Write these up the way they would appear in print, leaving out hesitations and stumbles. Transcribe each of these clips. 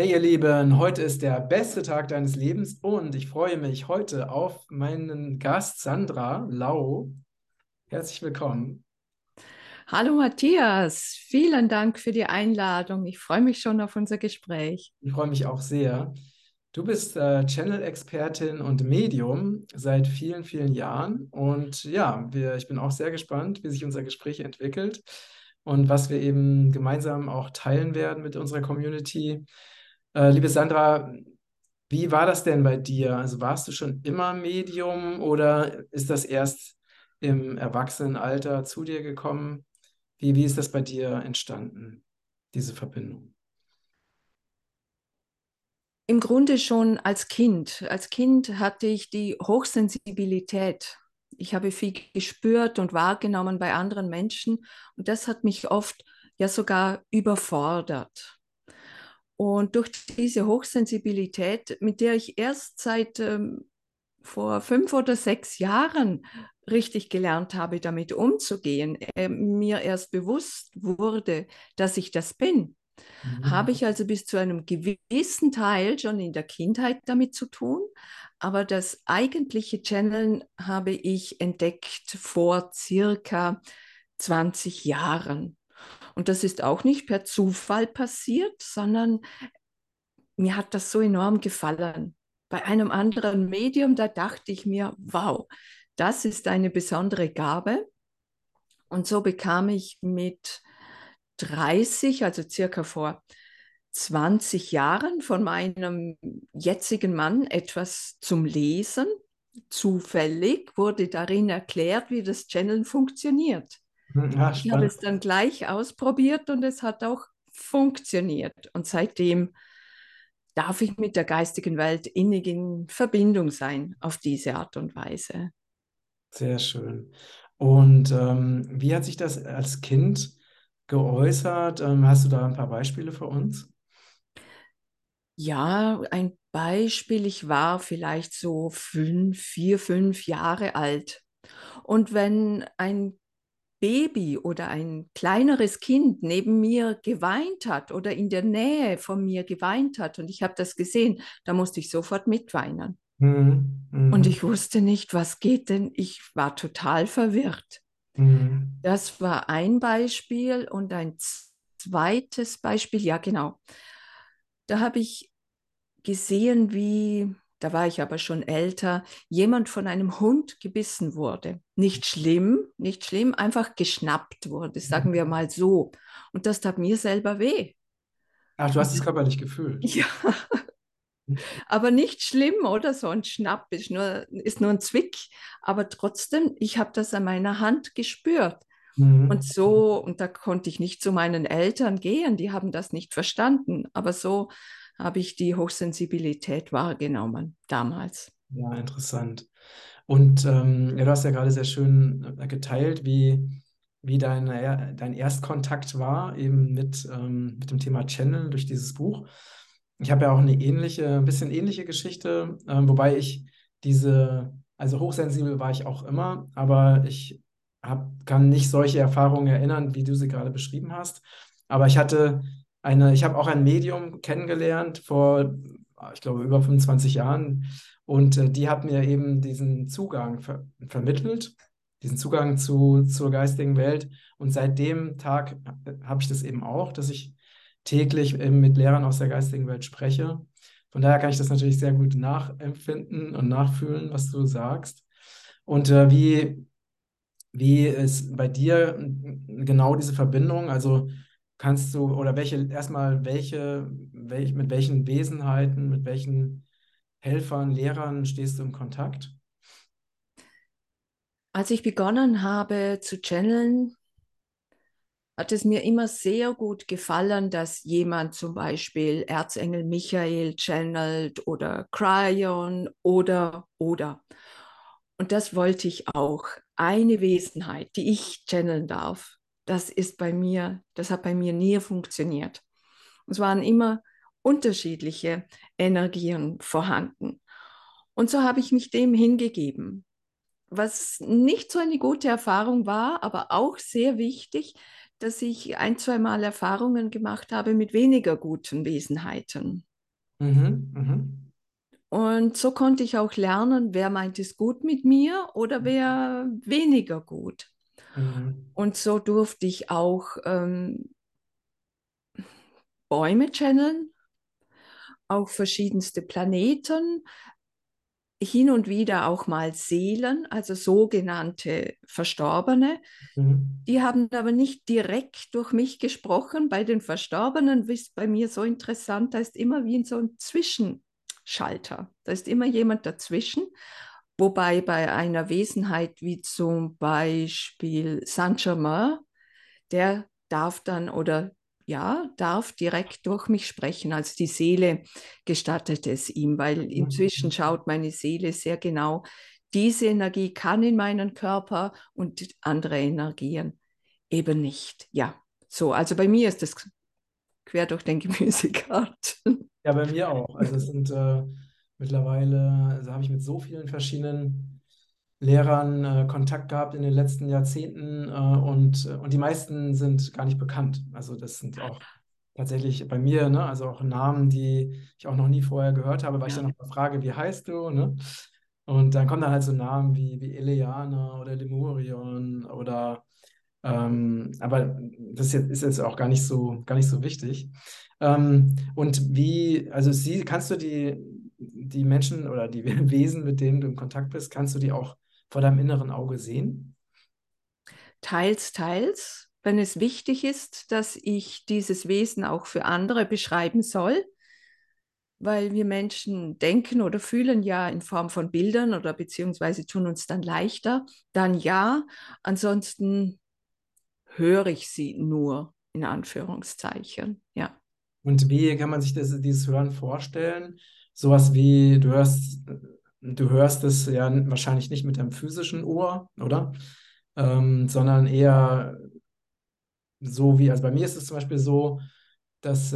Hey ihr Lieben, heute ist der beste Tag deines Lebens und ich freue mich heute auf meinen Gast Sandra Lau. Herzlich willkommen. Hallo Matthias, vielen Dank für die Einladung. Ich freue mich schon auf unser Gespräch. Ich freue mich auch sehr. Du bist Channel-Expertin und Medium seit vielen, vielen Jahren und ja, ich bin auch sehr gespannt, wie sich unser Gespräch entwickelt und was wir eben gemeinsam auch teilen werden mit unserer Community. Liebe Sandra, wie war das denn bei dir? Also warst du schon immer Medium oder ist das erst im Erwachsenenalter zu dir gekommen? Wie ist das bei dir entstanden, diese Verbindung? Im Grunde schon als Kind. Als Kind hatte ich die Hochsensibilität. Ich habe viel gespürt und wahrgenommen bei anderen Menschen und das hat mich oft ja sogar überfordert. Und durch diese Hochsensibilität, mit der ich erst seit vor 5 oder 6 Jahren richtig gelernt habe, damit umzugehen, mir erst bewusst wurde, dass ich das bin, habe Mhm. ich also bis zu einem gewissen Teil schon in der Kindheit damit zu tun. Aber das eigentliche Channeln habe ich entdeckt vor circa 20 Jahren. Und das ist auch nicht per Zufall passiert, sondern mir hat das so enorm gefallen. Bei einem anderen Medium, da dachte ich mir, wow, das ist eine besondere Gabe. Und so bekam ich mit 30, also circa vor 20 Jahren, von meinem jetzigen Mann etwas zum Lesen. Zufällig wurde darin erklärt, wie das Channeln funktioniert. Ah, Ich habe spannend. es dann gleich ausprobiert und es hat auch funktioniert. Und seitdem darf ich mit der geistigen Welt innig in Verbindung sein auf diese Art und Weise. Sehr schön. Und wie hat sich das als Kind geäußert? Hast du da ein paar Beispiele für uns? Ja, ein Beispiel, ich war vielleicht so 5, 4, 5 Jahre alt. Und wenn ein Baby oder ein kleineres Kind neben mir geweint hat oder in der Nähe von mir geweint hat und ich habe das gesehen, da musste ich sofort mitweinen. Mhm. Und Mhm. ich wusste nicht, was geht denn. Ich war total verwirrt. Mhm. Das war ein Beispiel und ein zweites Beispiel, ja genau. Da habe ich gesehen, wie, da war ich aber schon älter, jemand von einem Hund gebissen wurde. Nicht schlimm, nicht schlimm, einfach geschnappt wurde, sagen wir mal so. Und das tat mir selber weh. Ach, du hast Und es körperlich gefühlt. ja, aber nicht schlimm, oder? So ein Schnapp ist nur ein Zwick. Aber trotzdem, ich habe das an meiner Hand gespürt. Und Mhm. so, und da konnte ich nicht zu meinen Eltern gehen, die haben das nicht verstanden. Aber so habe ich die Hochsensibilität wahrgenommen damals. Ja, interessant. Und ja, du hast ja gerade sehr schön geteilt, wie dein Erstkontakt war, eben mit dem Thema Channel durch dieses Buch. Ich habe ja auch ein bisschen ähnliche Geschichte, wobei also hochsensibel war ich auch immer, aber kann nicht solche Erfahrungen erinnern, wie du sie gerade beschrieben hast. Aber ich habe auch ein Medium kennengelernt vor, ich glaube, über 25 Jahren. Und die hat mir eben diesen Zugang vermittelt, diesen Zugang zur geistigen Welt. Und seit dem Tag habe ich das eben auch, dass ich täglich eben mit Lehrern aus der geistigen Welt spreche. Von daher kann ich das natürlich sehr gut nachempfinden und nachfühlen, was du sagst. Und wie ist bei dir genau diese Verbindung? Also kannst du, oder mit welchen Wesenheiten, mit welchen Helfern, Lehrern stehst du im Kontakt? Als ich begonnen habe zu channeln, hat es mir immer sehr gut gefallen, dass jemand zum Beispiel Erzengel Michael channelt oder Cryon oder. Und das wollte ich auch. Eine Wesenheit, die ich channeln darf, das hat bei mir nie funktioniert. Es waren immer unterschiedliche Energien vorhanden. Und so habe ich mich dem hingegeben, was nicht so eine gute Erfahrung war, aber auch sehr wichtig, dass ich ein, zwei Mal Erfahrungen gemacht habe mit weniger guten Wesenheiten. Mhm. Mhm. Und so konnte ich auch lernen, wer meint es gut mit mir oder wer weniger gut. Mhm. Und so durfte ich auch Bäume channeln, auch verschiedenste Planeten, hin und wieder auch mal Seelen, also sogenannte Verstorbene. Mhm. Die haben aber nicht direkt durch mich gesprochen. Bei den Verstorbenen ist bei mir so interessant, da ist immer wie so ein Zwischenschalter. Da ist immer jemand dazwischen. Wobei bei einer Wesenheit wie zum Beispiel Saint-Germain, der darf dann oder ja, darf direkt durch mich sprechen. Also die Seele gestattet es ihm, weil inzwischen Mhm. schaut meine Seele sehr genau, diese Energie kann in meinen Körper und andere Energien eben nicht. Ja, so, also bei mir ist das quer durch den Gemüsegarten. Ja, bei mir auch. Also es sind mittlerweile, also habe ich mit so vielen verschiedenen Lehrern Kontakt gehabt in den letzten Jahrzehnten und die meisten sind gar nicht bekannt. Also das sind auch tatsächlich bei mir, ne, also auch Namen, die ich auch noch nie vorher gehört habe, weil ich Ja. dann noch mal frage, wie heißt du, ne? Und dann kommen dann halt so Namen wie Eleana oder Lemurion oder aber ist jetzt auch gar nicht so wichtig. Und wie, also kannst du die Menschen oder die Wesen, mit denen du in Kontakt bist, kannst du die auch vor deinem inneren Auge sehen? Teils, teils, wenn es wichtig ist, dass ich dieses Wesen auch für andere beschreiben soll, weil wir Menschen denken oder fühlen ja in Form von Bildern oder beziehungsweise tun uns dann leichter, dann ja, ansonsten höre ich sie nur in Anführungszeichen, ja. Und wie kann man sich dieses Hören vorstellen? Sowas wie, du hörst es ja wahrscheinlich nicht mit deinem physischen Ohr, oder? Sondern eher so wie, also bei mir ist es zum Beispiel so, dass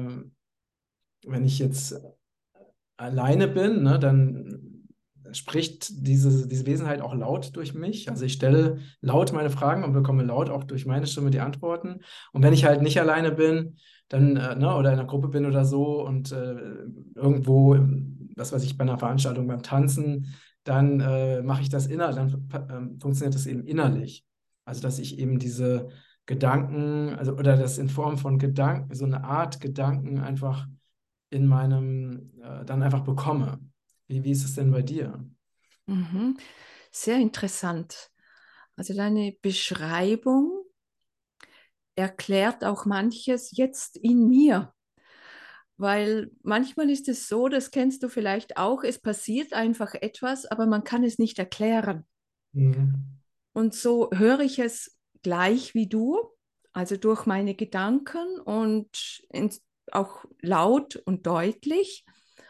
wenn ich jetzt alleine bin, ne, dann spricht diese Wesenheit auch laut durch mich. Also ich stelle laut meine Fragen und bekomme laut auch durch meine Stimme die Antworten. Und wenn ich halt nicht alleine bin, dann, ne, oder in einer Gruppe bin oder so und irgendwo, was weiß ich, bei einer Veranstaltung beim Tanzen, dann mache ich das funktioniert das eben innerlich. Also dass ich eben diese Gedanken, also oder das in Form von Gedanken, so eine Art Gedanken einfach in meinem dann einfach bekomme. Wie ist es denn bei dir? Mhm. Sehr interessant. Also deine Beschreibung erklärt auch manches jetzt in mir. Weil manchmal ist es so, das kennst du vielleicht auch, es passiert einfach etwas, aber man kann es nicht erklären. Mhm. Und so höre ich es gleich wie du, also durch meine Gedanken und auch laut und deutlich.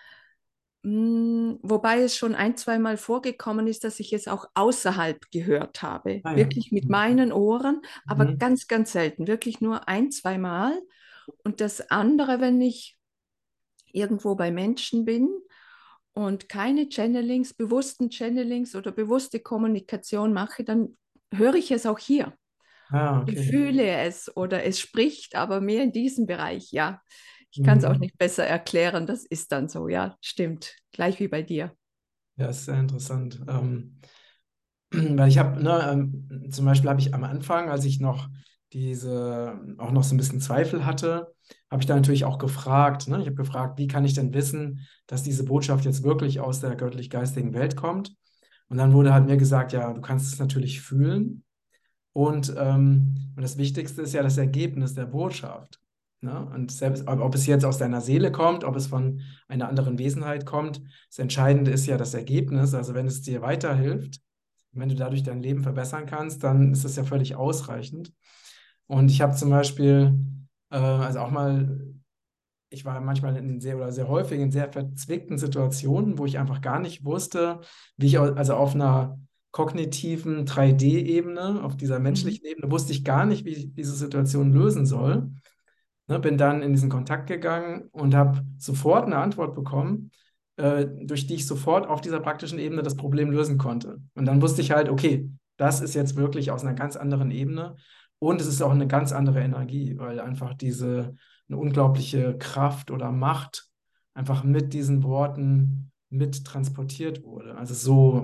Wobei es schon ein, zweimal vorgekommen ist, dass ich es auch außerhalb gehört habe. Ah ja. Wirklich mit meinen Ohren, aber Mhm. ganz, ganz selten. Wirklich nur ein, zweimal. Und das andere, wenn ich irgendwo bei Menschen bin und keine Channelings, bewussten Channelings oder bewusste Kommunikation mache, dann höre ich es auch hier. Ah, Ich okay. fühle es oder es spricht, aber mehr in diesem Bereich, ja. Ich kann es auch Mhm. nicht besser erklären, das ist dann so, ja, stimmt. Gleich wie bei dir. Ja, ist sehr interessant. Weil ich habe, ne, zum Beispiel habe ich am Anfang, als ich noch auch noch so ein bisschen Zweifel hatte, habe ich da natürlich auch gefragt, ne? Ich habe gefragt, wie kann ich denn wissen, dass diese Botschaft jetzt wirklich aus der göttlich-geistigen Welt kommt? Und dann wurde halt mir gesagt, ja, du kannst es natürlich fühlen. Und das Wichtigste ist ja das Ergebnis der Botschaft. Ne? Und selbst, ob es jetzt aus deiner Seele kommt, ob es von einer anderen Wesenheit kommt, das Entscheidende ist ja das Ergebnis. Also wenn es dir weiterhilft, wenn du dadurch dein Leben verbessern kannst, dann ist das ja völlig ausreichend. Und ich habe zum Beispiel, also auch mal, ich war manchmal in sehr oder sehr häufig in sehr verzwickten Situationen, wo ich einfach gar nicht wusste, also auf einer kognitiven 3D-Ebene, auf dieser Mhm. menschlichen Ebene, wusste ich gar nicht, wie ich diese Situation lösen soll. Ne, bin dann in diesen Kontakt gegangen und habe sofort eine Antwort bekommen, durch die ich sofort auf dieser praktischen Ebene das Problem lösen konnte. Und dann wusste ich halt, okay, das ist jetzt wirklich aus einer ganz anderen Ebene und es ist auch eine ganz andere Energie, weil einfach eine unglaubliche Kraft oder Macht einfach mit diesen Worten mit transportiert wurde. Also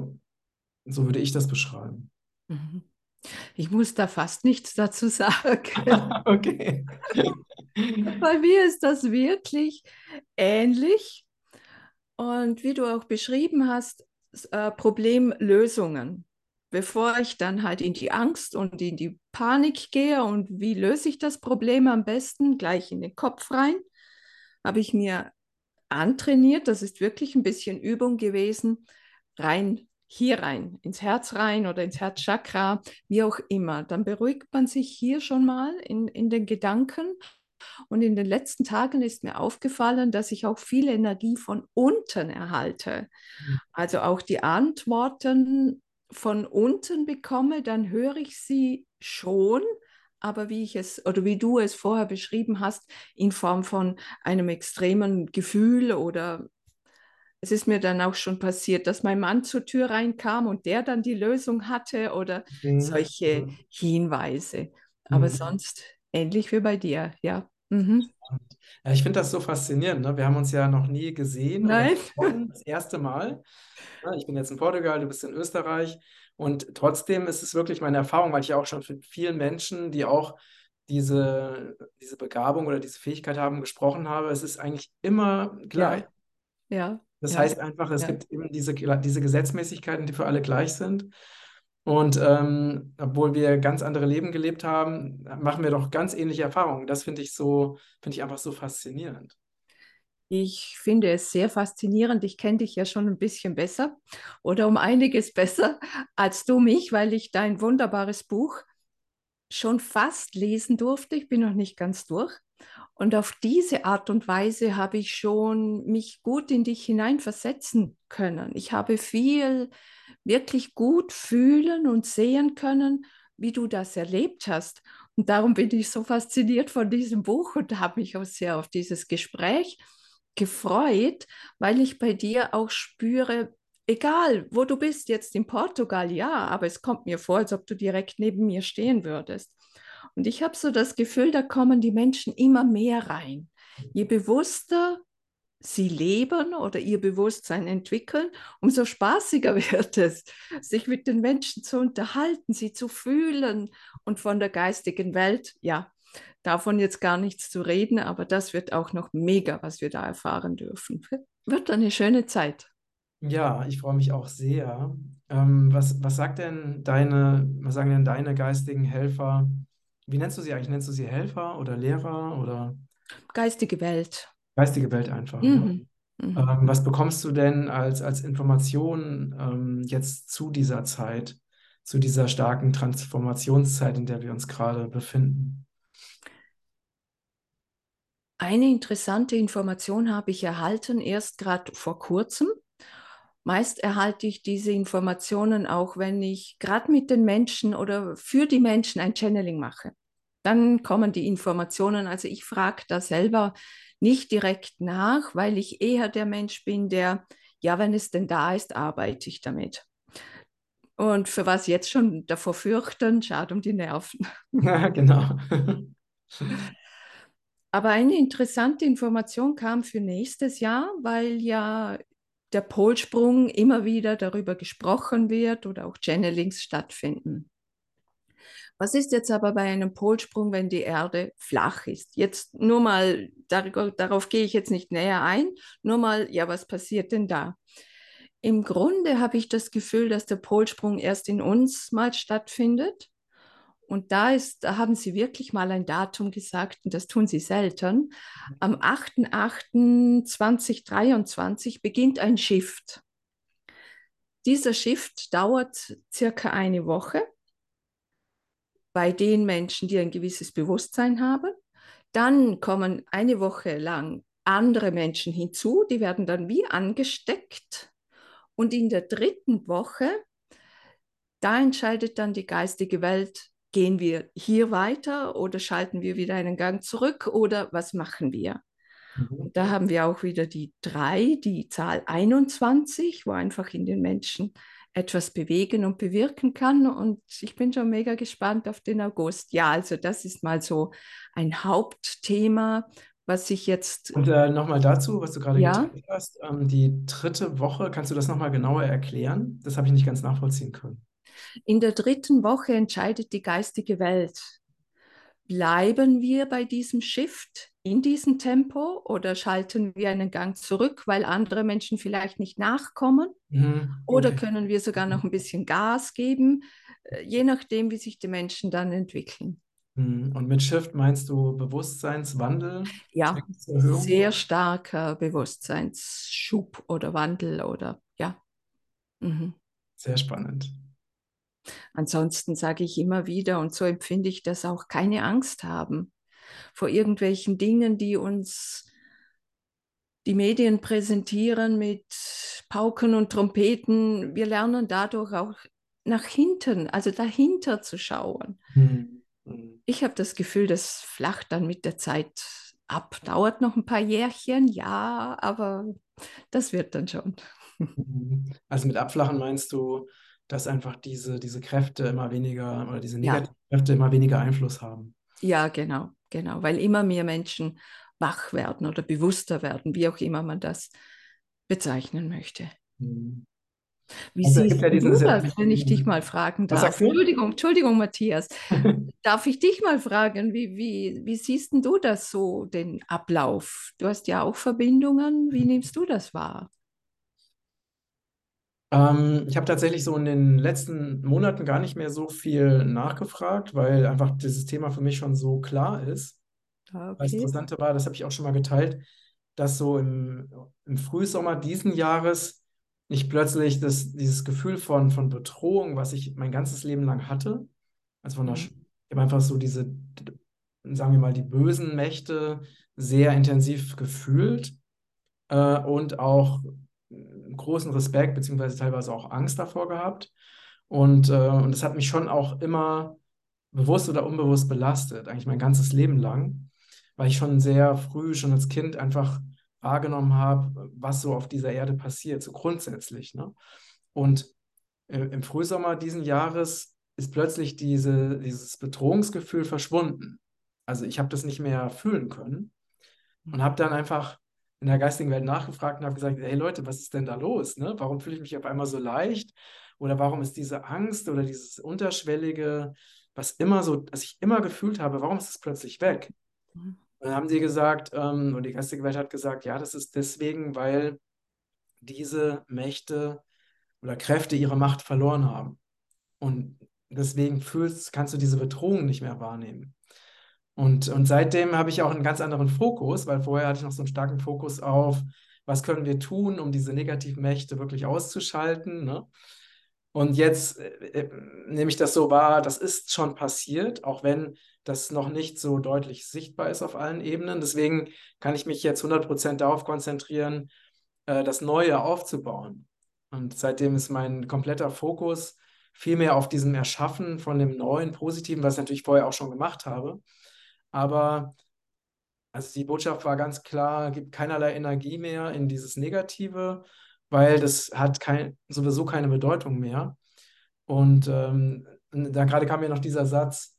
so würde ich das beschreiben. Mhm. Ich muss da fast nichts dazu sagen. Okay. Bei mir ist das wirklich ähnlich. Und wie du auch beschrieben hast, Problemlösungen. Bevor ich dann halt in die Angst und in die Panik gehe und wie löse ich das Problem am besten, gleich in den Kopf rein, habe ich mir antrainiert, das ist wirklich ein bisschen Übung gewesen, rein, hier rein, ins Herz rein oder ins Herzchakra, wie auch immer. Dann beruhigt man sich hier schon mal in den Gedanken. Und in den letzten Tagen ist mir aufgefallen, dass ich auch viel Energie von unten erhalte. Also auch die Antworten von unten bekomme, dann höre ich sie schon, aber wie ich es oder wie du es vorher beschrieben hast, in Form von einem extremen Gefühl oder es ist mir dann auch schon passiert, dass mein Mann zur Tür reinkam und der dann die Lösung hatte oder Mhm. solche Hinweise. Aber Mhm. sonst ähnlich wie bei dir, ja. Mhm. Ja, ich finde das so faszinierend. Ne? Wir haben uns ja noch nie gesehen oder Nein? gesprochen, das erste Mal. Ne? Ich bin jetzt in Portugal, du bist in Österreich. Und trotzdem ist es wirklich meine Erfahrung, weil ich ja auch schon mit vielen Menschen, die auch diese Begabung oder diese Fähigkeit haben, gesprochen habe. Es ist eigentlich immer gleich. Ja, ja, Das ja, heißt einfach, es ja. gibt eben diese Gesetzmäßigkeiten, die für alle gleich sind. Und obwohl wir ganz andere Leben gelebt haben, machen wir doch ganz ähnliche Erfahrungen. Das finde ich einfach so faszinierend. Ich finde es sehr faszinierend. Ich kenne dich ja schon ein bisschen besser oder um einiges besser als du mich, weil ich dein wunderbares Buch schon fast lesen durfte. Ich bin noch nicht ganz durch. Und auf diese Art und Weise habe ich schon mich gut in dich hineinversetzen können. Ich habe viel wirklich gut fühlen und sehen können, wie du das erlebt hast. Und darum bin ich so fasziniert von diesem Buch und habe mich auch sehr auf dieses Gespräch gefreut, weil ich bei dir auch spüre, egal wo du bist, jetzt in Portugal, ja, aber es kommt mir vor, als ob du direkt neben mir stehen würdest. Und ich habe so das Gefühl, da kommen die Menschen immer mehr rein. Je bewusster sie leben oder ihr Bewusstsein entwickeln, umso spaßiger wird es, sich mit den Menschen zu unterhalten, sie zu fühlen und von der geistigen Welt, ja, davon jetzt gar nichts zu reden, aber das wird auch noch mega, was wir da erfahren dürfen. Wird eine schöne Zeit. Ja, ich freue mich auch sehr. Was sagen denn deine geistigen Helfer? Wie nennst du sie eigentlich? Nennst du sie Helfer oder Lehrer oder Geistige Welt. geistige Welt einfach? Ne? Mhm. Mhm. Was bekommst du denn als Information jetzt zu dieser Zeit, zu dieser starken Transformationszeit, in der wir uns gerade befinden? Eine interessante Information habe ich erhalten, erst gerade vor kurzem. Meist erhalte ich diese Informationen auch, wenn ich gerade mit den Menschen oder für die Menschen ein Channeling mache. Dann kommen die Informationen. Also ich frage da selber nicht direkt nach, weil ich eher der Mensch bin, der, ja, wenn es denn da ist, arbeite ich damit. Und für was jetzt schon davor fürchten, schade um die Nerven. Ja, genau. Aber eine interessante Information kam für nächstes Jahr, weil ja der Polsprung immer wieder darüber gesprochen wird oder auch Channelings stattfinden. Was ist jetzt aber bei einem Polsprung, wenn die Erde flach ist? Jetzt nur mal, darauf gehe ich jetzt nicht näher ein, nur mal, ja, was passiert denn da? Im Grunde habe ich das Gefühl, dass der Polsprung erst in uns mal stattfindet. Und da haben sie wirklich mal ein Datum gesagt, und das tun sie selten. Am 8.8.2023 beginnt ein Shift. Dieser Shift dauert circa eine Woche bei den Menschen, die ein gewisses Bewusstsein haben. Dann kommen eine Woche lang andere Menschen hinzu, die werden dann wie angesteckt. Und in der dritten Woche, da entscheidet dann die geistige Welt, gehen wir hier weiter oder schalten wir wieder einen Gang zurück oder was machen wir? Mhm. Und da haben wir auch wieder die drei, die Zahl 21, wo einfach in den Menschen etwas bewegen und bewirken kann. Und ich bin schon mega gespannt auf den August. Ja, also das ist mal so ein Hauptthema, was ich jetzt, Und nochmal dazu, was du gerade ja, geteilt hast, die dritte Woche, kannst du das nochmal genauer erklären? Das habe ich nicht ganz nachvollziehen können. in der dritten Woche entscheidet die geistige Welt. Bleiben wir bei diesem Shift in diesem Tempo oder schalten wir einen Gang zurück, weil andere Menschen vielleicht nicht nachkommen? Mhm, Oder okay. können wir sogar noch ein bisschen Gas geben, je nachdem, wie sich die Menschen dann entwickeln? Mhm. Und mit Shift meinst du Bewusstseinswandel, Ja, Schwingungs-Erhöhung? sehr starker Bewusstseinsschub oder Wandel oder ja. Mhm. Sehr spannend. Ansonsten sage ich immer wieder, und so empfinde ich das auch, keine Angst haben vor irgendwelchen Dingen, die uns die Medien präsentieren mit Pauken und Trompeten. Wir lernen dadurch auch nach hinten, also dahinter zu schauen. Mhm. Mhm. Ich habe das Gefühl, das flacht dann mit der Zeit ab. Dauert noch ein paar Jährchen, ja, aber das wird dann schon. Mhm. Also mit Abflachen meinst du, dass einfach diese Kräfte immer weniger oder diese Ja, negativen Kräfte immer weniger Einfluss haben. ja, genau, genau, weil immer mehr Menschen wach werden oder bewusster werden, wie auch immer man das bezeichnen möchte. Mhm. Wie Also es gibt siehst ja diesen du sehr das, wenn ich dich mal berühmten, fragen was darf? sagst du? Entschuldigung, Entschuldigung, Matthias. Darf ich dich mal fragen, wie siehst denn du das so, den Ablauf? Du hast ja auch Verbindungen. Wie nimmst du das wahr? Ich habe tatsächlich so in den letzten Monaten gar nicht mehr so viel nachgefragt, weil einfach dieses Thema für mich schon so klar ist. Ah, Das okay. Interessante war, das habe ich auch schon mal geteilt, dass so im Frühsommer diesen Jahres ich plötzlich dieses Gefühl von Bedrohung, was ich mein ganzes Leben lang hatte, also Mhm. ich habe einfach so sagen wir mal, die bösen Mächte sehr intensiv gefühlt und auch großen Respekt beziehungsweise teilweise auch Angst davor gehabt. Und es hat mich schon auch immer bewusst oder unbewusst belastet, eigentlich mein ganzes Leben lang, weil ich schon sehr früh, schon als Kind einfach wahrgenommen habe, was so auf dieser Erde passiert, so grundsätzlich, ne? Und im Frühsommer diesen Jahres ist plötzlich dieses Bedrohungsgefühl verschwunden. Also ich habe das nicht mehr fühlen können und habe dann einfach in der geistigen Welt nachgefragt und habe gesagt, hey Leute, was ist denn da los? Ne? Warum fühle ich mich auf einmal so leicht? Oder warum ist diese Angst oder dieses Unterschwellige, was ich immer gefühlt habe, warum ist es plötzlich weg? Mhm. Und dann haben die gesagt, und die geistige Welt hat gesagt, ja, das ist deswegen, weil diese Mächte oder Kräfte ihre Macht verloren haben. Und deswegen kannst du diese Bedrohung nicht mehr wahrnehmen. Und seitdem habe ich auch einen ganz anderen Fokus, weil vorher hatte ich noch so einen starken Fokus auf, was können wir tun, um diese negativen Mächte wirklich auszuschalten, ne? Und jetzt nehme ich das so wahr, das ist schon passiert, auch wenn das noch nicht so deutlich sichtbar ist auf allen Ebenen. Deswegen kann ich mich jetzt 100% darauf konzentrieren, das Neue aufzubauen. Und seitdem ist mein kompletter Fokus viel mehr auf diesem Erschaffen von dem Neuen, Positiven, was ich natürlich vorher auch schon gemacht habe. Aber also die Botschaft war ganz klar, gibt keinerlei Energie mehr in dieses Negative, weil das hat sowieso keine Bedeutung mehr. Und dann gerade kam mir noch dieser Satz,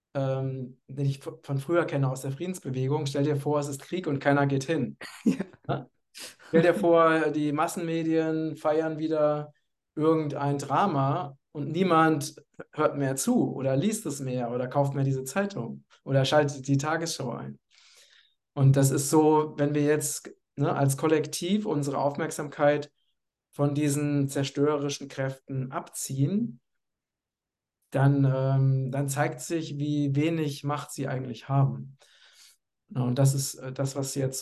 den ich von früher kenne aus der Friedensbewegung. Stell dir vor, es ist Krieg und keiner geht hin. Ja. Ne? Stell dir vor, die Massenmedien feiern wieder irgendein Drama und niemand hört mehr zu oder liest es mehr oder kauft mehr diese Zeitung oder schaltet die Tagesschau ein. Und das ist so, wenn wir jetzt ne, als Kollektiv unsere Aufmerksamkeit von diesen zerstörerischen Kräften abziehen, dann zeigt sich, wie wenig Macht sie eigentlich haben. Ja, und das ist das,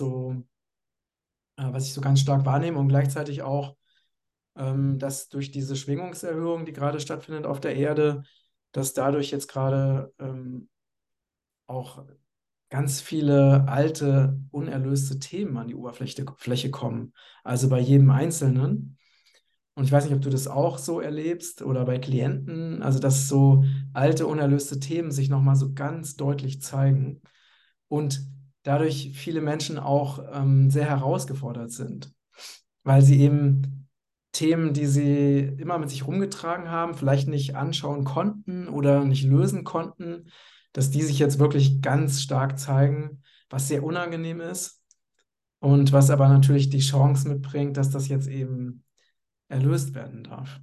was ich so ganz stark wahrnehme und gleichzeitig auch, dass durch diese Schwingungserhöhung, die gerade stattfindet auf der Erde, dass dadurch jetzt gerade auch ganz viele alte, unerlöste Themen an die Oberfläche kommen. Also bei jedem Einzelnen. Und ich weiß nicht, ob du das auch so erlebst oder bei Klienten, also dass so alte, unerlöste Themen sich nochmal so ganz deutlich zeigen und dadurch viele Menschen auch sehr herausgefordert sind, weil sie eben Themen, die sie immer mit sich rumgetragen haben, vielleicht nicht anschauen konnten oder nicht lösen konnten, dass die sich jetzt wirklich ganz stark zeigen, was sehr unangenehm ist und was aber natürlich die Chance mitbringt, dass das jetzt eben erlöst werden darf.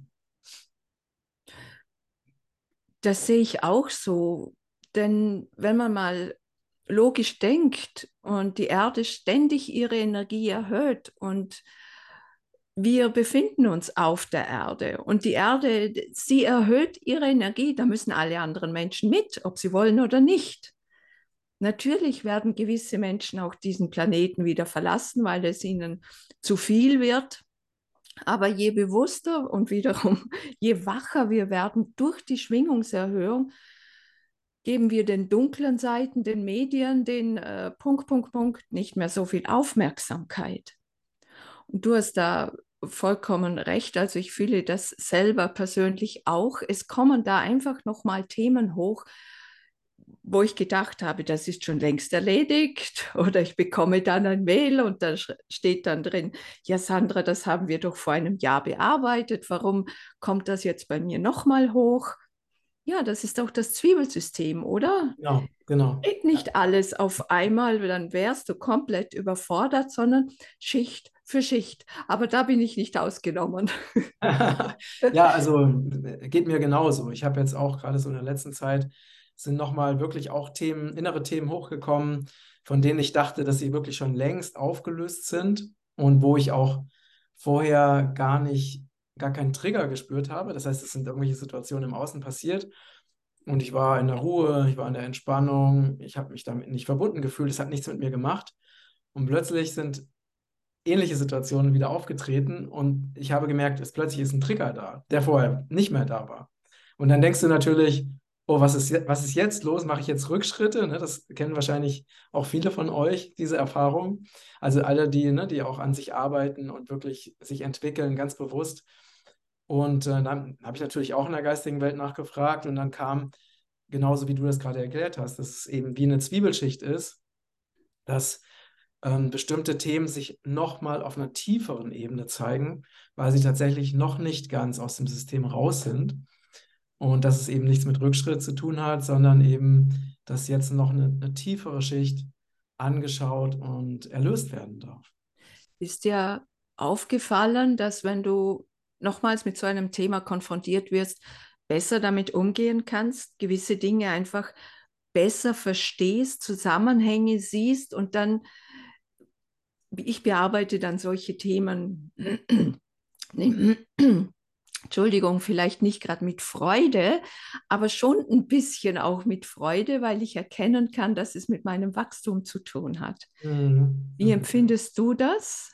Das sehe ich auch so, denn wenn man mal logisch denkt und die Erde ständig ihre Energie erhöht und wir befinden uns auf der Erde und die Erde, sie erhöht ihre Energie, da müssen alle anderen Menschen mit, ob sie wollen oder nicht. Natürlich werden gewisse Menschen auch diesen Planeten wieder verlassen, weil es ihnen zu viel wird. Aber je bewusster und wiederum je wacher wir werden durch die Schwingungserhöhung, geben wir den dunklen Seiten, den Medien, den nicht mehr so viel Aufmerksamkeit. Und du hast da vollkommen recht. Also ich fühle das selber persönlich auch. Es kommen da einfach nochmal Themen hoch, wo ich gedacht habe, das ist schon längst erledigt. Oder ich bekomme dann ein Mail und da steht dann drin, ja Sandra, das haben wir doch vor einem Jahr bearbeitet. Warum kommt das jetzt bei mir nochmal hoch? Ja, das ist auch das Zwiebelsystem, oder? Genau, genau. Geht nicht alles auf einmal, dann wärst du komplett überfordert, sondern Schicht für Schicht. Aber da bin ich nicht ausgenommen. Ja, also geht mir genauso. Ich habe jetzt auch gerade so in der letzten Zeit sind nochmal wirklich auch Themen, innere Themen hochgekommen, von denen ich dachte, dass sie wirklich schon längst aufgelöst sind und wo ich auch vorher gar keinen Trigger gespürt habe. Das heißt, es sind irgendwelche Situationen im Außen passiert und ich war in der Ruhe, ich war in der Entspannung, ich habe mich damit nicht verbunden gefühlt, es hat nichts mit mir gemacht und plötzlich sind ähnliche Situationen wieder aufgetreten und ich habe gemerkt, plötzlich ist ein Trigger da, der vorher nicht mehr da war. Und dann denkst du natürlich, oh, was ist jetzt los? Mache ich jetzt Rückschritte? Ne, das kennen wahrscheinlich auch viele von euch, diese Erfahrung. Also alle, die, ne, die auch an sich arbeiten und wirklich sich entwickeln, ganz bewusst. Und dann habe ich natürlich auch in der geistigen Welt nachgefragt und dann kam, genauso wie du das gerade erklärt hast, dass es eben wie eine Zwiebelschicht ist, dass bestimmte Themen sich nochmal auf einer tieferen Ebene zeigen, weil sie tatsächlich noch nicht ganz aus dem System raus sind. Und dass es eben nichts mit Rückschritt zu tun hat, sondern eben, dass jetzt noch eine tiefere Schicht angeschaut und erlöst werden darf. Ist dir aufgefallen, dass wenn du nochmals mit so einem Thema konfrontiert wirst, besser damit umgehen kannst, gewisse Dinge einfach besser verstehst, Zusammenhänge siehst und dann, ich bearbeite dann solche Themen, Entschuldigung, vielleicht nicht gerade mit Freude, aber schon ein bisschen auch mit Freude, weil ich erkennen kann, dass es mit meinem Wachstum zu tun hat. Mhm. Wie Mhm. empfindest du das?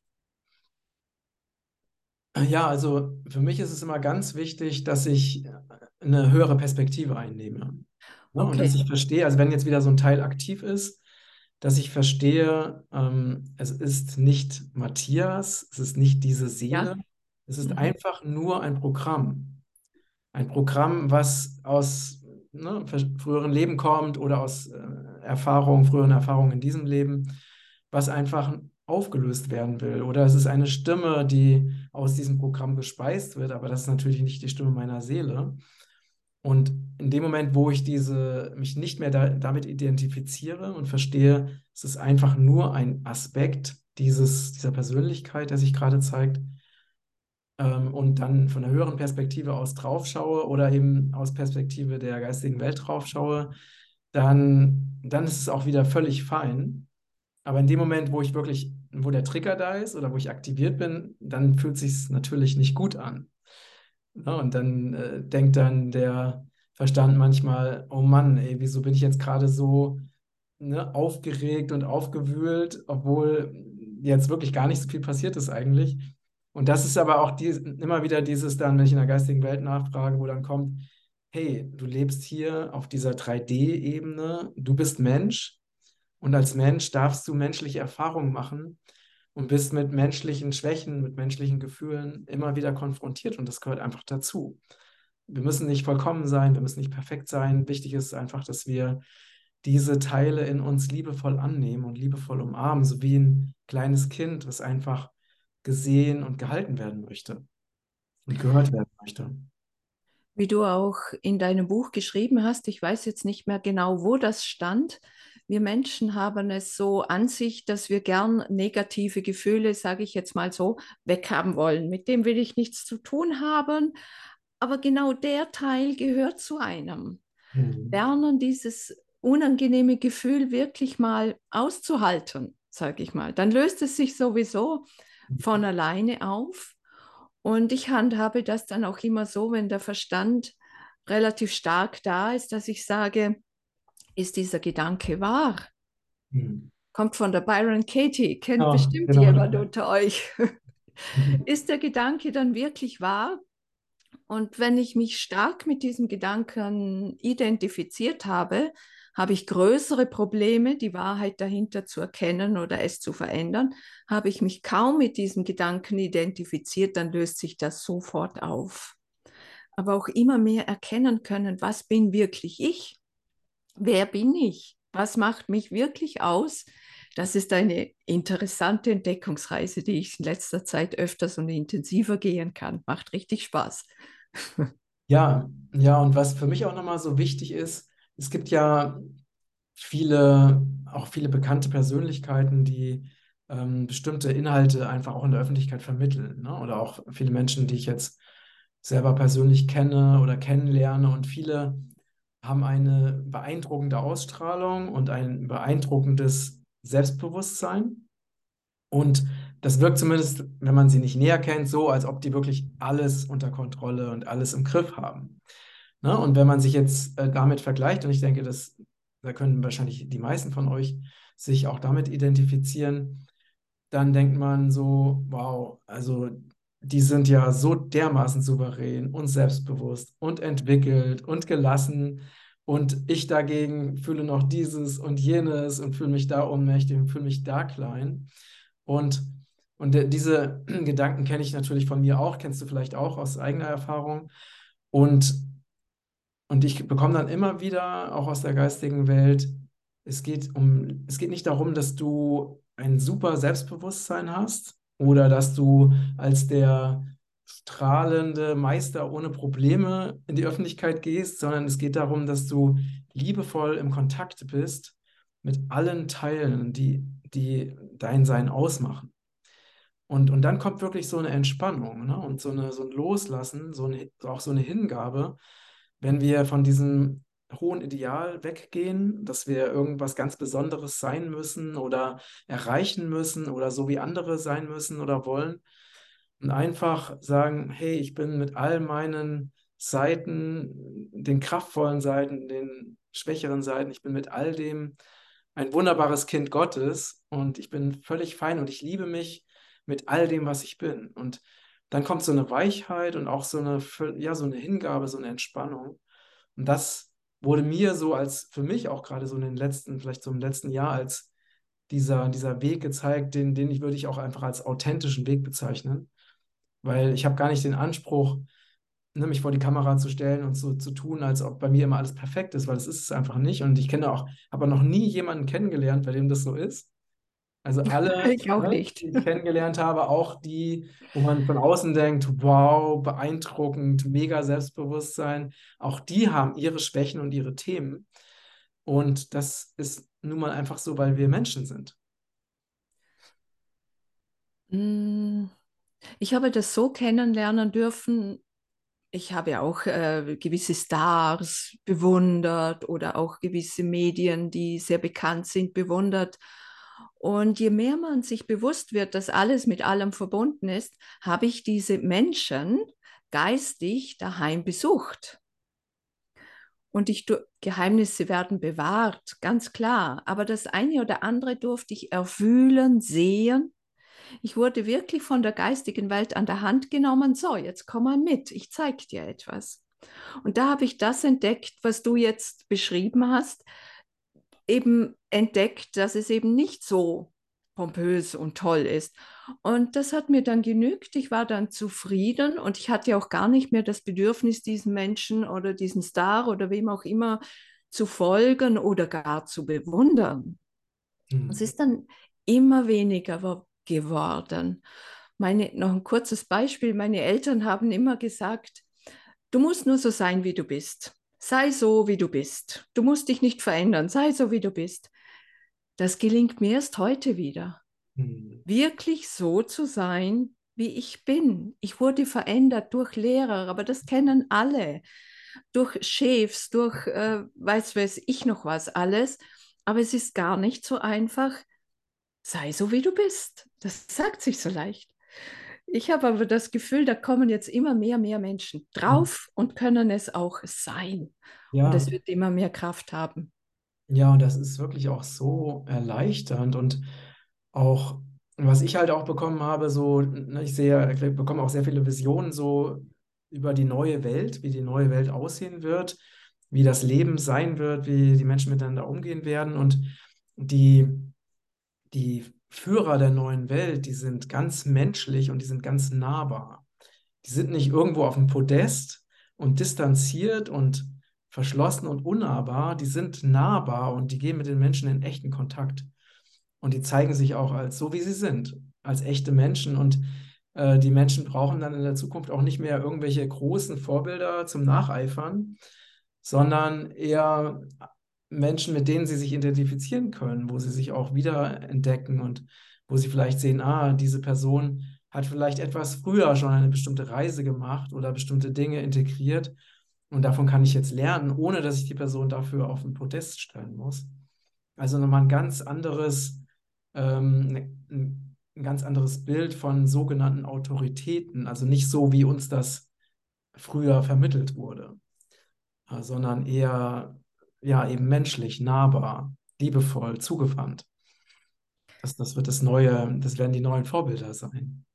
Ja, also für mich ist es immer ganz wichtig, dass ich eine höhere Perspektive einnehme. Ne? Und Okay, dass ich verstehe, also wenn jetzt wieder so ein Teil aktiv ist, dass ich verstehe, es ist nicht Matthias, es ist nicht diese ja. Seele, es ist Mhm. einfach nur ein Programm. Ein Programm, was aus früheren Leben kommt oder aus früheren Erfahrungen in diesem Leben, was einfach aufgelöst werden will. Oder es ist eine Stimme, die aus diesem Programm gespeist wird, aber das ist natürlich nicht die Stimme meiner Seele. Und in dem Moment, wo ich mich nicht mehr damit identifiziere und verstehe, es ist einfach nur ein Aspekt dieser Persönlichkeit, der sich gerade zeigt, und dann von einer höheren Perspektive aus drauf schaue oder eben aus Perspektive der geistigen Welt drauf schaue, dann ist es auch wieder völlig fein. Aber in dem Moment, wo der Trigger da ist oder wo ich aktiviert bin, dann fühlt sich natürlich nicht gut an. Ja, und dann denkt dann der Verstand manchmal, oh Mann, ey, wieso bin ich jetzt gerade so, ne, aufgeregt und aufgewühlt, obwohl jetzt wirklich gar nicht so viel passiert ist eigentlich. Und das ist aber auch immer wieder dieses dann, wenn ich in der geistigen Welt nachfrage, wo dann kommt, hey, du lebst hier auf dieser 3D-Ebene, du bist Mensch und als Mensch darfst du menschliche Erfahrungen machen und bist mit menschlichen Schwächen, mit menschlichen Gefühlen immer wieder konfrontiert und das gehört einfach dazu. Wir müssen nicht vollkommen sein, wir müssen nicht perfekt sein. Wichtig ist einfach, dass wir diese Teile in uns liebevoll annehmen und liebevoll umarmen, so wie ein kleines Kind, das einfach gesehen und gehalten werden möchte und gehört werden möchte. Wie du auch in deinem Buch geschrieben hast, ich weiß jetzt nicht mehr genau, wo das stand, wir Menschen haben es so an sich, dass wir gern negative Gefühle, sage ich jetzt mal so, weghaben wollen. Mit dem will ich nichts zu tun haben, aber genau der Teil gehört zu einem. Mhm. Lernen, dieses unangenehme Gefühl wirklich mal auszuhalten, sage ich mal. Dann löst es sich sowieso von alleine auf. Und ich handhabe das dann auch immer so, wenn der Verstand relativ stark da ist, dass ich sage, ist dieser Gedanke wahr? Mhm. Kommt von der Byron Katie, kennt Ja, bestimmt genau. jemand unter euch. Ist der Gedanke dann wirklich wahr? Und wenn ich mich stark mit diesem Gedanken identifiziert habe, habe ich größere Probleme, die Wahrheit dahinter zu erkennen oder es zu verändern. Habe ich mich kaum mit diesem Gedanken identifiziert, dann löst sich das sofort auf. Aber auch immer mehr erkennen können, was bin wirklich ich? Wer bin ich? Was macht mich wirklich aus? Das ist eine interessante Entdeckungsreise, die ich in letzter Zeit öfters und intensiver gehen kann. Macht richtig Spaß. Ja, ja, und was für mich auch nochmal so wichtig ist, es gibt ja viele, auch viele bekannte Persönlichkeiten, die bestimmte Inhalte einfach auch in der Öffentlichkeit vermitteln, ne? Oder auch viele Menschen, die ich jetzt selber persönlich kenne oder kennenlerne. Und viele haben eine beeindruckende Ausstrahlung und ein beeindruckendes Selbstbewusstsein. Und das wirkt zumindest, wenn man sie nicht näher kennt, so, als ob die wirklich alles unter Kontrolle und alles im Griff haben. Ne? Und wenn man sich jetzt damit vergleicht, und ich denke, da können wahrscheinlich die meisten von euch sich auch damit identifizieren, dann denkt man so, wow, also die sind ja so dermaßen souverän und selbstbewusst und entwickelt und gelassen. Und ich dagegen fühle noch dieses und jenes und fühle mich da ohnmächtig und fühle mich da klein. Und, diese Gedanken kenne ich natürlich von mir auch, kennst du vielleicht auch aus eigener Erfahrung. Und ich bekomme dann immer wieder, auch aus der geistigen Welt, es geht nicht darum, dass du ein super Selbstbewusstsein hast oder dass du als der strahlende Meister ohne Probleme in die Öffentlichkeit gehst, sondern es geht darum, dass du liebevoll im Kontakt bist mit allen Teilen, die dein Sein ausmachen. Und dann kommt wirklich so eine Entspannung, ne? Und so ein Loslassen, auch so eine Hingabe, wenn wir von diesem hohen Ideal weggehen, dass wir irgendwas ganz Besonderes sein müssen oder erreichen müssen oder so wie andere sein müssen oder wollen und einfach sagen, hey, ich bin mit all meinen Seiten, den kraftvollen Seiten, den schwächeren Seiten, ich bin mit all dem ein wunderbares Kind Gottes und ich bin völlig fein und ich liebe mich mit all dem, was ich bin. Und dann kommt so eine Weichheit und auch ja, so eine Hingabe, so eine Entspannung. Und das wurde mir so als für mich auch gerade so in den letzten, vielleicht so im letzten Jahr als dieser Weg gezeigt, würde ich auch einfach als authentischen Weg bezeichnen, weil ich habe gar nicht den Anspruch, ne, mich vor die Kamera zu stellen und so zu tun, als ob bei mir immer alles perfekt ist, weil das ist es einfach nicht. Und ich habe noch nie jemanden kennengelernt, bei dem das so ist. Also alle, Ich auch ne, nicht. die ich kennengelernt habe, auch die, wo man von außen denkt, wow, beeindruckend, mega Selbstbewusstsein, auch die haben ihre Schwächen und ihre Themen. Und das ist nun mal einfach so, weil wir Menschen sind. Mm, Ich habe das so kennenlernen dürfen. Ich habe auch gewisse Stars bewundert oder auch gewisse Medien, die sehr bekannt sind, bewundert. Und je mehr man sich bewusst wird, dass alles mit allem verbunden ist, habe ich diese Menschen geistig daheim besucht. Und Geheimnisse werden bewahrt, ganz klar. Aber das eine oder andere durfte ich erfühlen, sehen. Ich wurde wirklich von der geistigen Welt an der Hand genommen. So, jetzt komm mal mit, ich zeige dir etwas. Und da habe ich das entdeckt, was du jetzt beschrieben hast, eben entdeckt, dass es eben nicht so pompös und toll ist. Und das hat mir dann genügt. Ich war dann zufrieden und ich hatte auch gar nicht mehr das Bedürfnis, diesen Menschen oder diesen Star oder wem auch immer zu folgen oder gar zu bewundern. Es Hm. ist dann immer weniger geworden. Noch ein kurzes Beispiel. Meine Eltern haben immer gesagt, du musst nur so sein, wie du bist. Sei so, wie du bist. Du musst dich nicht verändern. Sei so, wie du bist. Das gelingt mir erst heute wieder. Hm. Wirklich so zu sein, wie ich bin. Ich wurde verändert durch Lehrer, aber das kennen alle. Durch Chefs, durch weiß ich noch was alles. Aber es ist gar nicht so einfach. Sei so, wie du bist. Das sagt sich so leicht. Ich habe aber das Gefühl, da kommen jetzt immer mehr Menschen drauf und können es auch sein. Und Ja, es wird immer mehr Kraft haben. ja, und das ist wirklich auch so erleichternd und auch, was ich halt auch bekommen habe, so, ne, ich bekomme auch sehr viele Visionen so über die neue Welt, wie die neue Welt aussehen wird, wie das Leben sein wird, wie die Menschen miteinander umgehen werden und die, die Führer der neuen Welt, die sind ganz menschlich und die sind ganz nahbar. Die sind nicht irgendwo auf dem Podest und distanziert und verschlossen und unnahbar. Die sind nahbar und die gehen mit den Menschen in echten Kontakt. Und die zeigen sich auch als so, wie sie sind, als echte Menschen. Und die Menschen brauchen dann in der Zukunft auch nicht mehr irgendwelche großen Vorbilder zum Nacheifern, sondern eher Menschen, mit denen sie sich identifizieren können, wo sie sich auch wiederentdecken und wo sie vielleicht sehen, ah, diese Person hat vielleicht etwas früher schon eine bestimmte Reise gemacht oder bestimmte Dinge integriert und davon kann ich jetzt lernen, ohne dass ich die Person dafür auf den Podest stellen muss. Also nochmal ein ganz anderes, ein ganz anderes Bild von sogenannten Autoritäten, also nicht so, wie uns das früher vermittelt wurde, sondern eher ja eben menschlich, nahbar, liebevoll, zugewandt. Das wird das neue, das werden die neuen Vorbilder sein.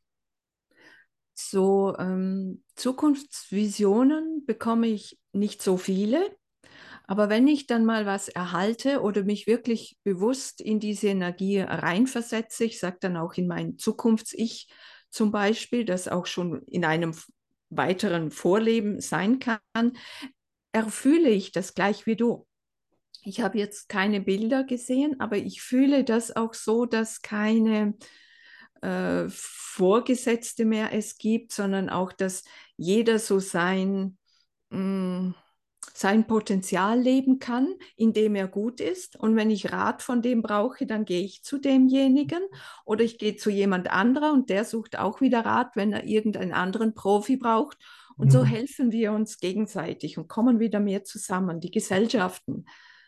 So Zukunftsvisionen bekomme ich nicht so viele, aber wenn ich dann mal was erhalte oder mich wirklich bewusst in diese Energie reinversetze, ich sage dann auch in mein Zukunfts-Ich zum Beispiel, das auch schon in einem weiteren Vorleben sein kann, erfühle ich das gleich wie du. Ich habe jetzt keine Bilder gesehen, aber ich fühle das auch so, dass keine Vorgesetzte mehr es gibt, sondern auch, dass jeder so mh, sein Potenzial leben kann, indem er gut ist. Und wenn ich Rat von dem brauche, dann gehe ich zu demjenigen oder ich gehe zu jemand anderer und der sucht auch wieder Rat, wenn er irgendeinen anderen Profi braucht. Und so Mhm. helfen wir uns gegenseitig und kommen wieder mehr zusammen. Die Gesellschaften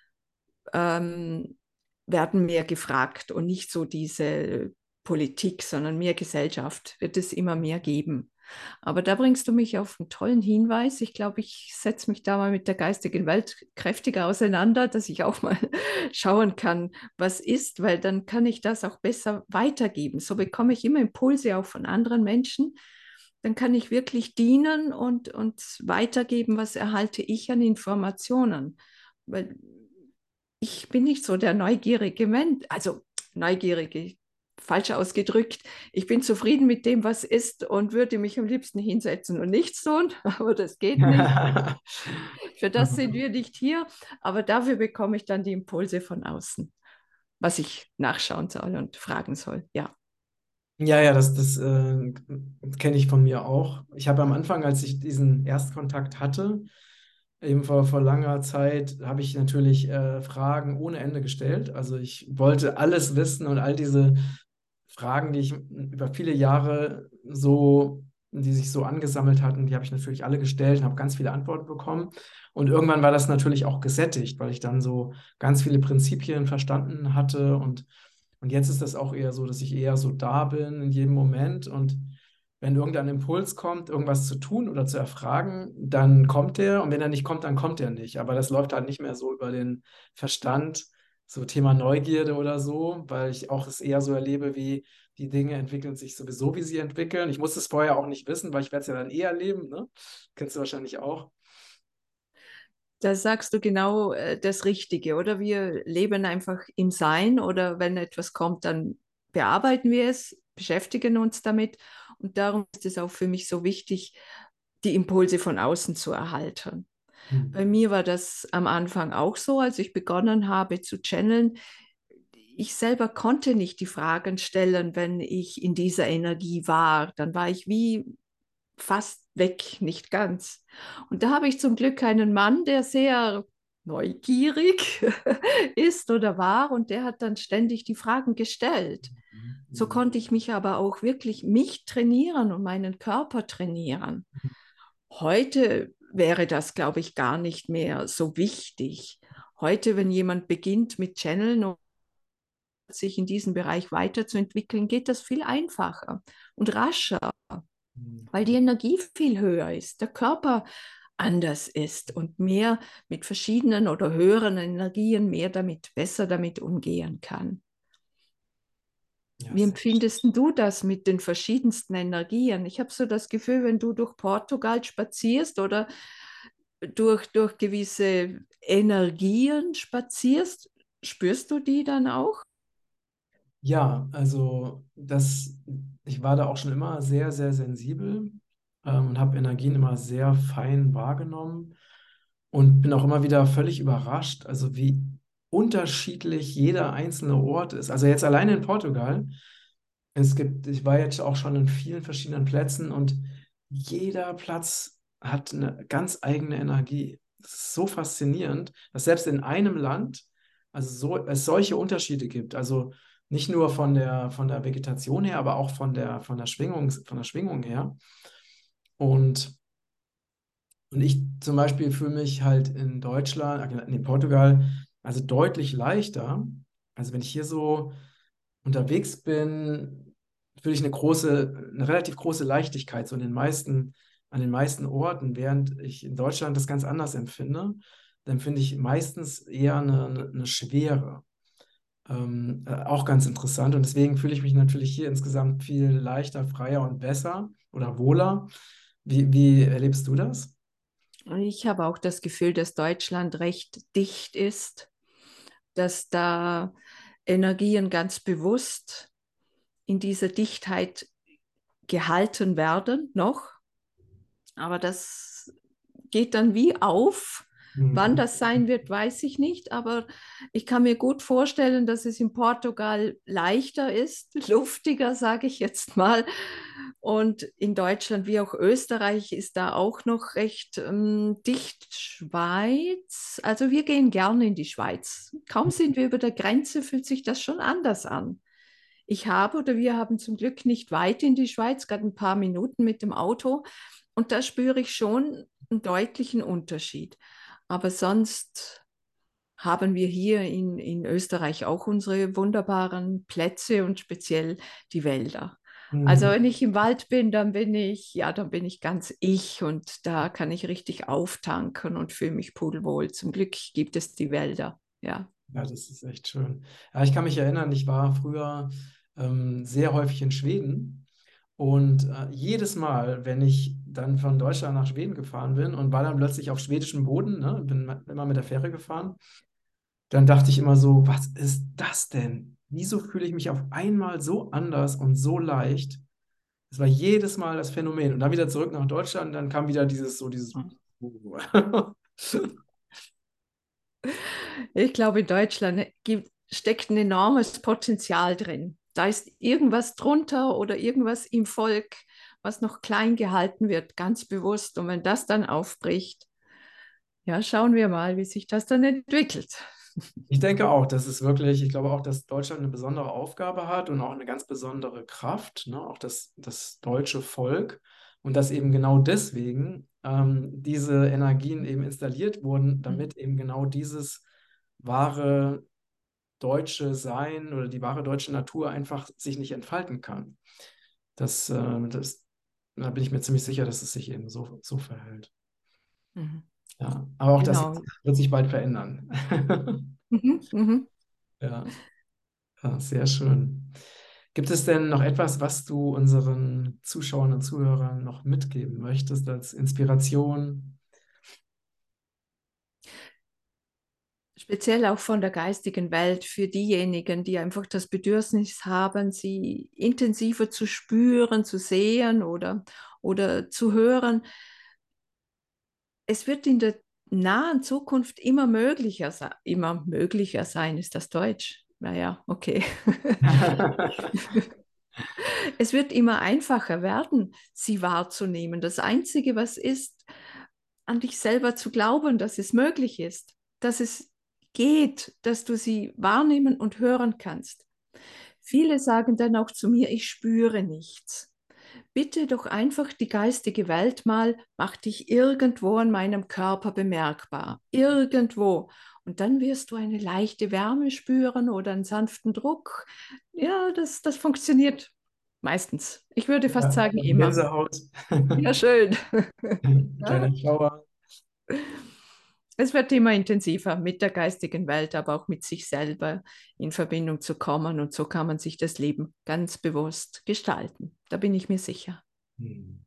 ähm, werden mehr gefragt und nicht so diese Politik, sondern mehr Gesellschaft wird es immer mehr geben. Aber da bringst du mich auf einen tollen Hinweis. Ich glaube, ich setze mich da mal mit der geistigen Welt kräftiger auseinander, dass ich auch mal schauen kann, was ist, weil dann kann ich das auch besser weitergeben. So bekomme ich immer Impulse auch von anderen Menschen. Dann kann ich wirklich dienen und weitergeben, was erhalte ich an Informationen. Weil ich bin nicht so der neugierige Mensch, also neugierige, falsch ausgedrückt. Ich bin zufrieden mit dem, was ist und würde mich am liebsten hinsetzen und nichts tun, aber das geht nicht. Für das sind wir nicht hier, aber dafür bekomme ich dann die Impulse von außen, was ich nachschauen soll und fragen soll. Ja. Ja, ja, das kenne ich von mir auch. Ich habe am Anfang, als ich diesen Erstkontakt hatte, eben vor langer Zeit, habe ich natürlich Fragen ohne Ende gestellt. Also ich wollte alles wissen und all diese Fragen, die ich über viele Jahre so, die sich so angesammelt hatten, die habe ich natürlich alle gestellt und habe ganz viele Antworten bekommen. Und irgendwann war das natürlich auch gesättigt, weil ich dann so ganz viele Prinzipien verstanden hatte und jetzt ist das auch eher so, dass ich eher so da bin in jedem Moment und wenn irgendein Impuls kommt, irgendwas zu tun oder zu erfragen, dann kommt der und wenn er nicht kommt, dann kommt er nicht. Aber das läuft halt nicht mehr so über den Verstand, so Thema Neugierde oder so, weil ich auch es eher so erlebe, wie die Dinge entwickeln sich sowieso, wie sie entwickeln. Ich muss es vorher auch nicht wissen, weil ich werde es ja dann eh erleben, ne? Kennst du wahrscheinlich auch. Da sagst du genau das Richtige, oder? Wir leben einfach im Sein oder wenn etwas kommt, dann bearbeiten wir es, beschäftigen uns damit. Und darum ist es auch für mich so wichtig, die Impulse von außen zu erhalten. Bei Hm. mir war das am Anfang auch so, als ich begonnen habe zu channeln. Ich selber konnte nicht die Fragen stellen, wenn ich in dieser Energie war. Dann war ich wie fast weg, nicht ganz. Und da habe ich zum Glück einen Mann, der sehr neugierig ist oder war und der hat dann ständig die Fragen gestellt. So Mhm. konnte ich mich aber auch wirklich mich trainieren und meinen Körper trainieren. Heute wäre das, glaube ich, gar nicht mehr so wichtig. Heute, wenn jemand beginnt mit Channeln und sich in diesem Bereich weiterzuentwickeln, geht das viel einfacher und rascher, weil die Energie viel höher ist, der Körper anders ist und mehr mit verschiedenen oder höheren Energien mehr damit, besser damit umgehen kann. Ja, Wie sehr empfindest du das mit den verschiedensten Energien? Ich habe so das Gefühl, wenn du durch Portugal spazierst oder durch gewisse Energien spazierst, spürst du die dann auch? Ja, also ich war da auch schon immer sehr, sehr sensibel und habe Energien immer sehr fein wahrgenommen und bin auch immer wieder völlig überrascht, also wie unterschiedlich jeder einzelne Ort ist. Also jetzt alleine in Portugal, ich war jetzt auch schon in vielen verschiedenen Plätzen und jeder Platz hat eine ganz eigene Energie. Das ist so faszinierend, dass selbst in einem Land, es solche Unterschiede gibt. Also nicht nur von der Vegetation her, aber auch von der Schwingung her. Und, und ich zum Beispiel fühle mich halt in Deutschland, in Portugal, also deutlich leichter. Also wenn ich hier so unterwegs bin, fühle ich eine relativ große Leichtigkeit so an den meisten Orten, während ich in Deutschland das ganz anders empfinde. Dann empfinde ich meistens eher eine Schwere. Auch ganz interessant. Und deswegen fühle ich mich natürlich hier insgesamt viel leichter, freier und besser oder wohler. Wie erlebst du das? Ich habe auch das Gefühl, dass Deutschland recht dicht ist, dass da Energien ganz bewusst in dieser Dichtheit gehalten werden noch. Aber das geht dann wie auf. Wann Mhm. das sein wird, weiß ich nicht. Aber ich kann mir gut vorstellen, dass es in Portugal leichter ist, luftiger, sage ich jetzt mal. Und in Deutschland wie auch Österreich ist da auch noch recht dicht. Schweiz, also wir gehen gerne in die Schweiz. Kaum sind wir über der Grenze, fühlt sich das schon anders an. Ich habe oder wir haben zum Glück nicht weit in die Schweiz, gerade ein paar Minuten mit dem Auto. Und da spüre ich schon einen deutlichen Unterschied. Aber sonst haben wir hier in Österreich auch unsere wunderbaren Plätze und speziell die Wälder. Also Mhm. wenn ich im Wald bin, dann bin ich ganz ich und da kann ich richtig auftanken und fühle mich pudelwohl. Zum Glück gibt es die Wälder, ja. Ja, das ist echt schön. Ja, ich kann mich erinnern, ich war früher sehr häufig in Schweden und jedes Mal, wenn ich dann von Deutschland nach Schweden gefahren bin und war dann plötzlich auf schwedischem Boden, ne, bin immer mit der Fähre gefahren, dann dachte ich immer so, was ist das denn? Wieso fühle ich mich auf einmal so anders und so leicht? Das war jedes Mal das Phänomen. Und dann wieder zurück nach Deutschland, dann kam wieder dieses. Ich glaube, in Deutschland steckt ein enormes Potenzial drin. Da ist irgendwas drunter oder irgendwas im Volk, was noch klein gehalten wird, ganz bewusst. Und wenn das dann aufbricht, ja, schauen wir mal, wie sich das dann entwickelt. Ich denke auch, ich glaube auch, dass Deutschland eine besondere Aufgabe hat und auch eine ganz besondere Kraft, ne? Auch das deutsche Volk. Und dass eben genau deswegen diese Energien eben installiert wurden, Mhm. damit eben genau dieses wahre deutsche Sein oder die wahre deutsche Natur einfach sich nicht entfalten kann. Das, da bin ich mir ziemlich sicher, dass es sich eben so verhält. Mhm. Ja, aber auch das Genau. wird sich bald verändern. Mhm. Mhm. Ja, ja, sehr schön. Gibt es denn noch etwas, was du unseren Zuschauern und Zuhörern noch mitgeben möchtest als Inspiration? Speziell auch von der geistigen Welt für diejenigen, die einfach das Bedürfnis haben, sie intensiver zu spüren, zu sehen oder zu hören. Es wird in der nahen Zukunft immer möglicher sein, ist das Deutsch? Naja, okay. Es wird immer einfacher werden, sie wahrzunehmen. Das Einzige, was ist, an dich selber zu glauben, dass es möglich ist. dass es geht, dass du sie wahrnehmen und hören kannst. Viele sagen dann auch zu mir, ich spüre nichts. Bitte doch einfach die geistige Welt mal, mach dich irgendwo an meinem Körper bemerkbar. Irgendwo. Und dann wirst du eine leichte Wärme spüren oder einen sanften Druck. Ja, das funktioniert meistens. Ich würde fast Ja, sagen immer. Gänsehaut, Ja, schön. Ja. kleiner Schauer. Es wird immer intensiver mit der geistigen Welt, aber auch mit sich selber in Verbindung zu kommen. Und so kann man sich das Leben ganz bewusst gestalten. Da bin ich mir sicher. Hm.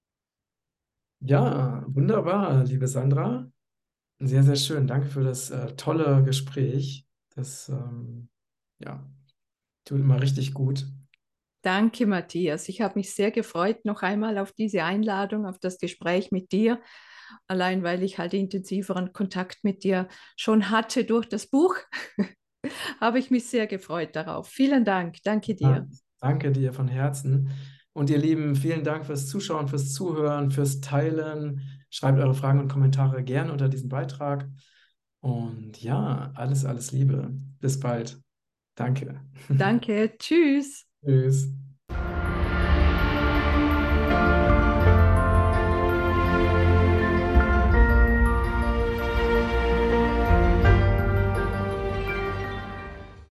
Ja, wunderbar, liebe Sandra. Sehr, sehr schön. Danke für das tolle Gespräch. Das ja, tut immer richtig gut. Danke, Matthias. Ich habe mich sehr gefreut noch einmal auf diese Einladung, auf das Gespräch mit dir. Allein weil ich halt intensiveren Kontakt mit dir schon hatte durch das Buch, habe ich mich sehr gefreut darauf. Vielen Dank. Danke Ja, dir. danke dir von Herzen. Und ihr Lieben, vielen Dank fürs Zuschauen, fürs Zuhören, fürs Teilen. Schreibt eure Fragen und Kommentare gerne unter diesem Beitrag. Und ja, alles, alles Liebe. Bis bald. Danke. Danke. Tschüss. Tschüss.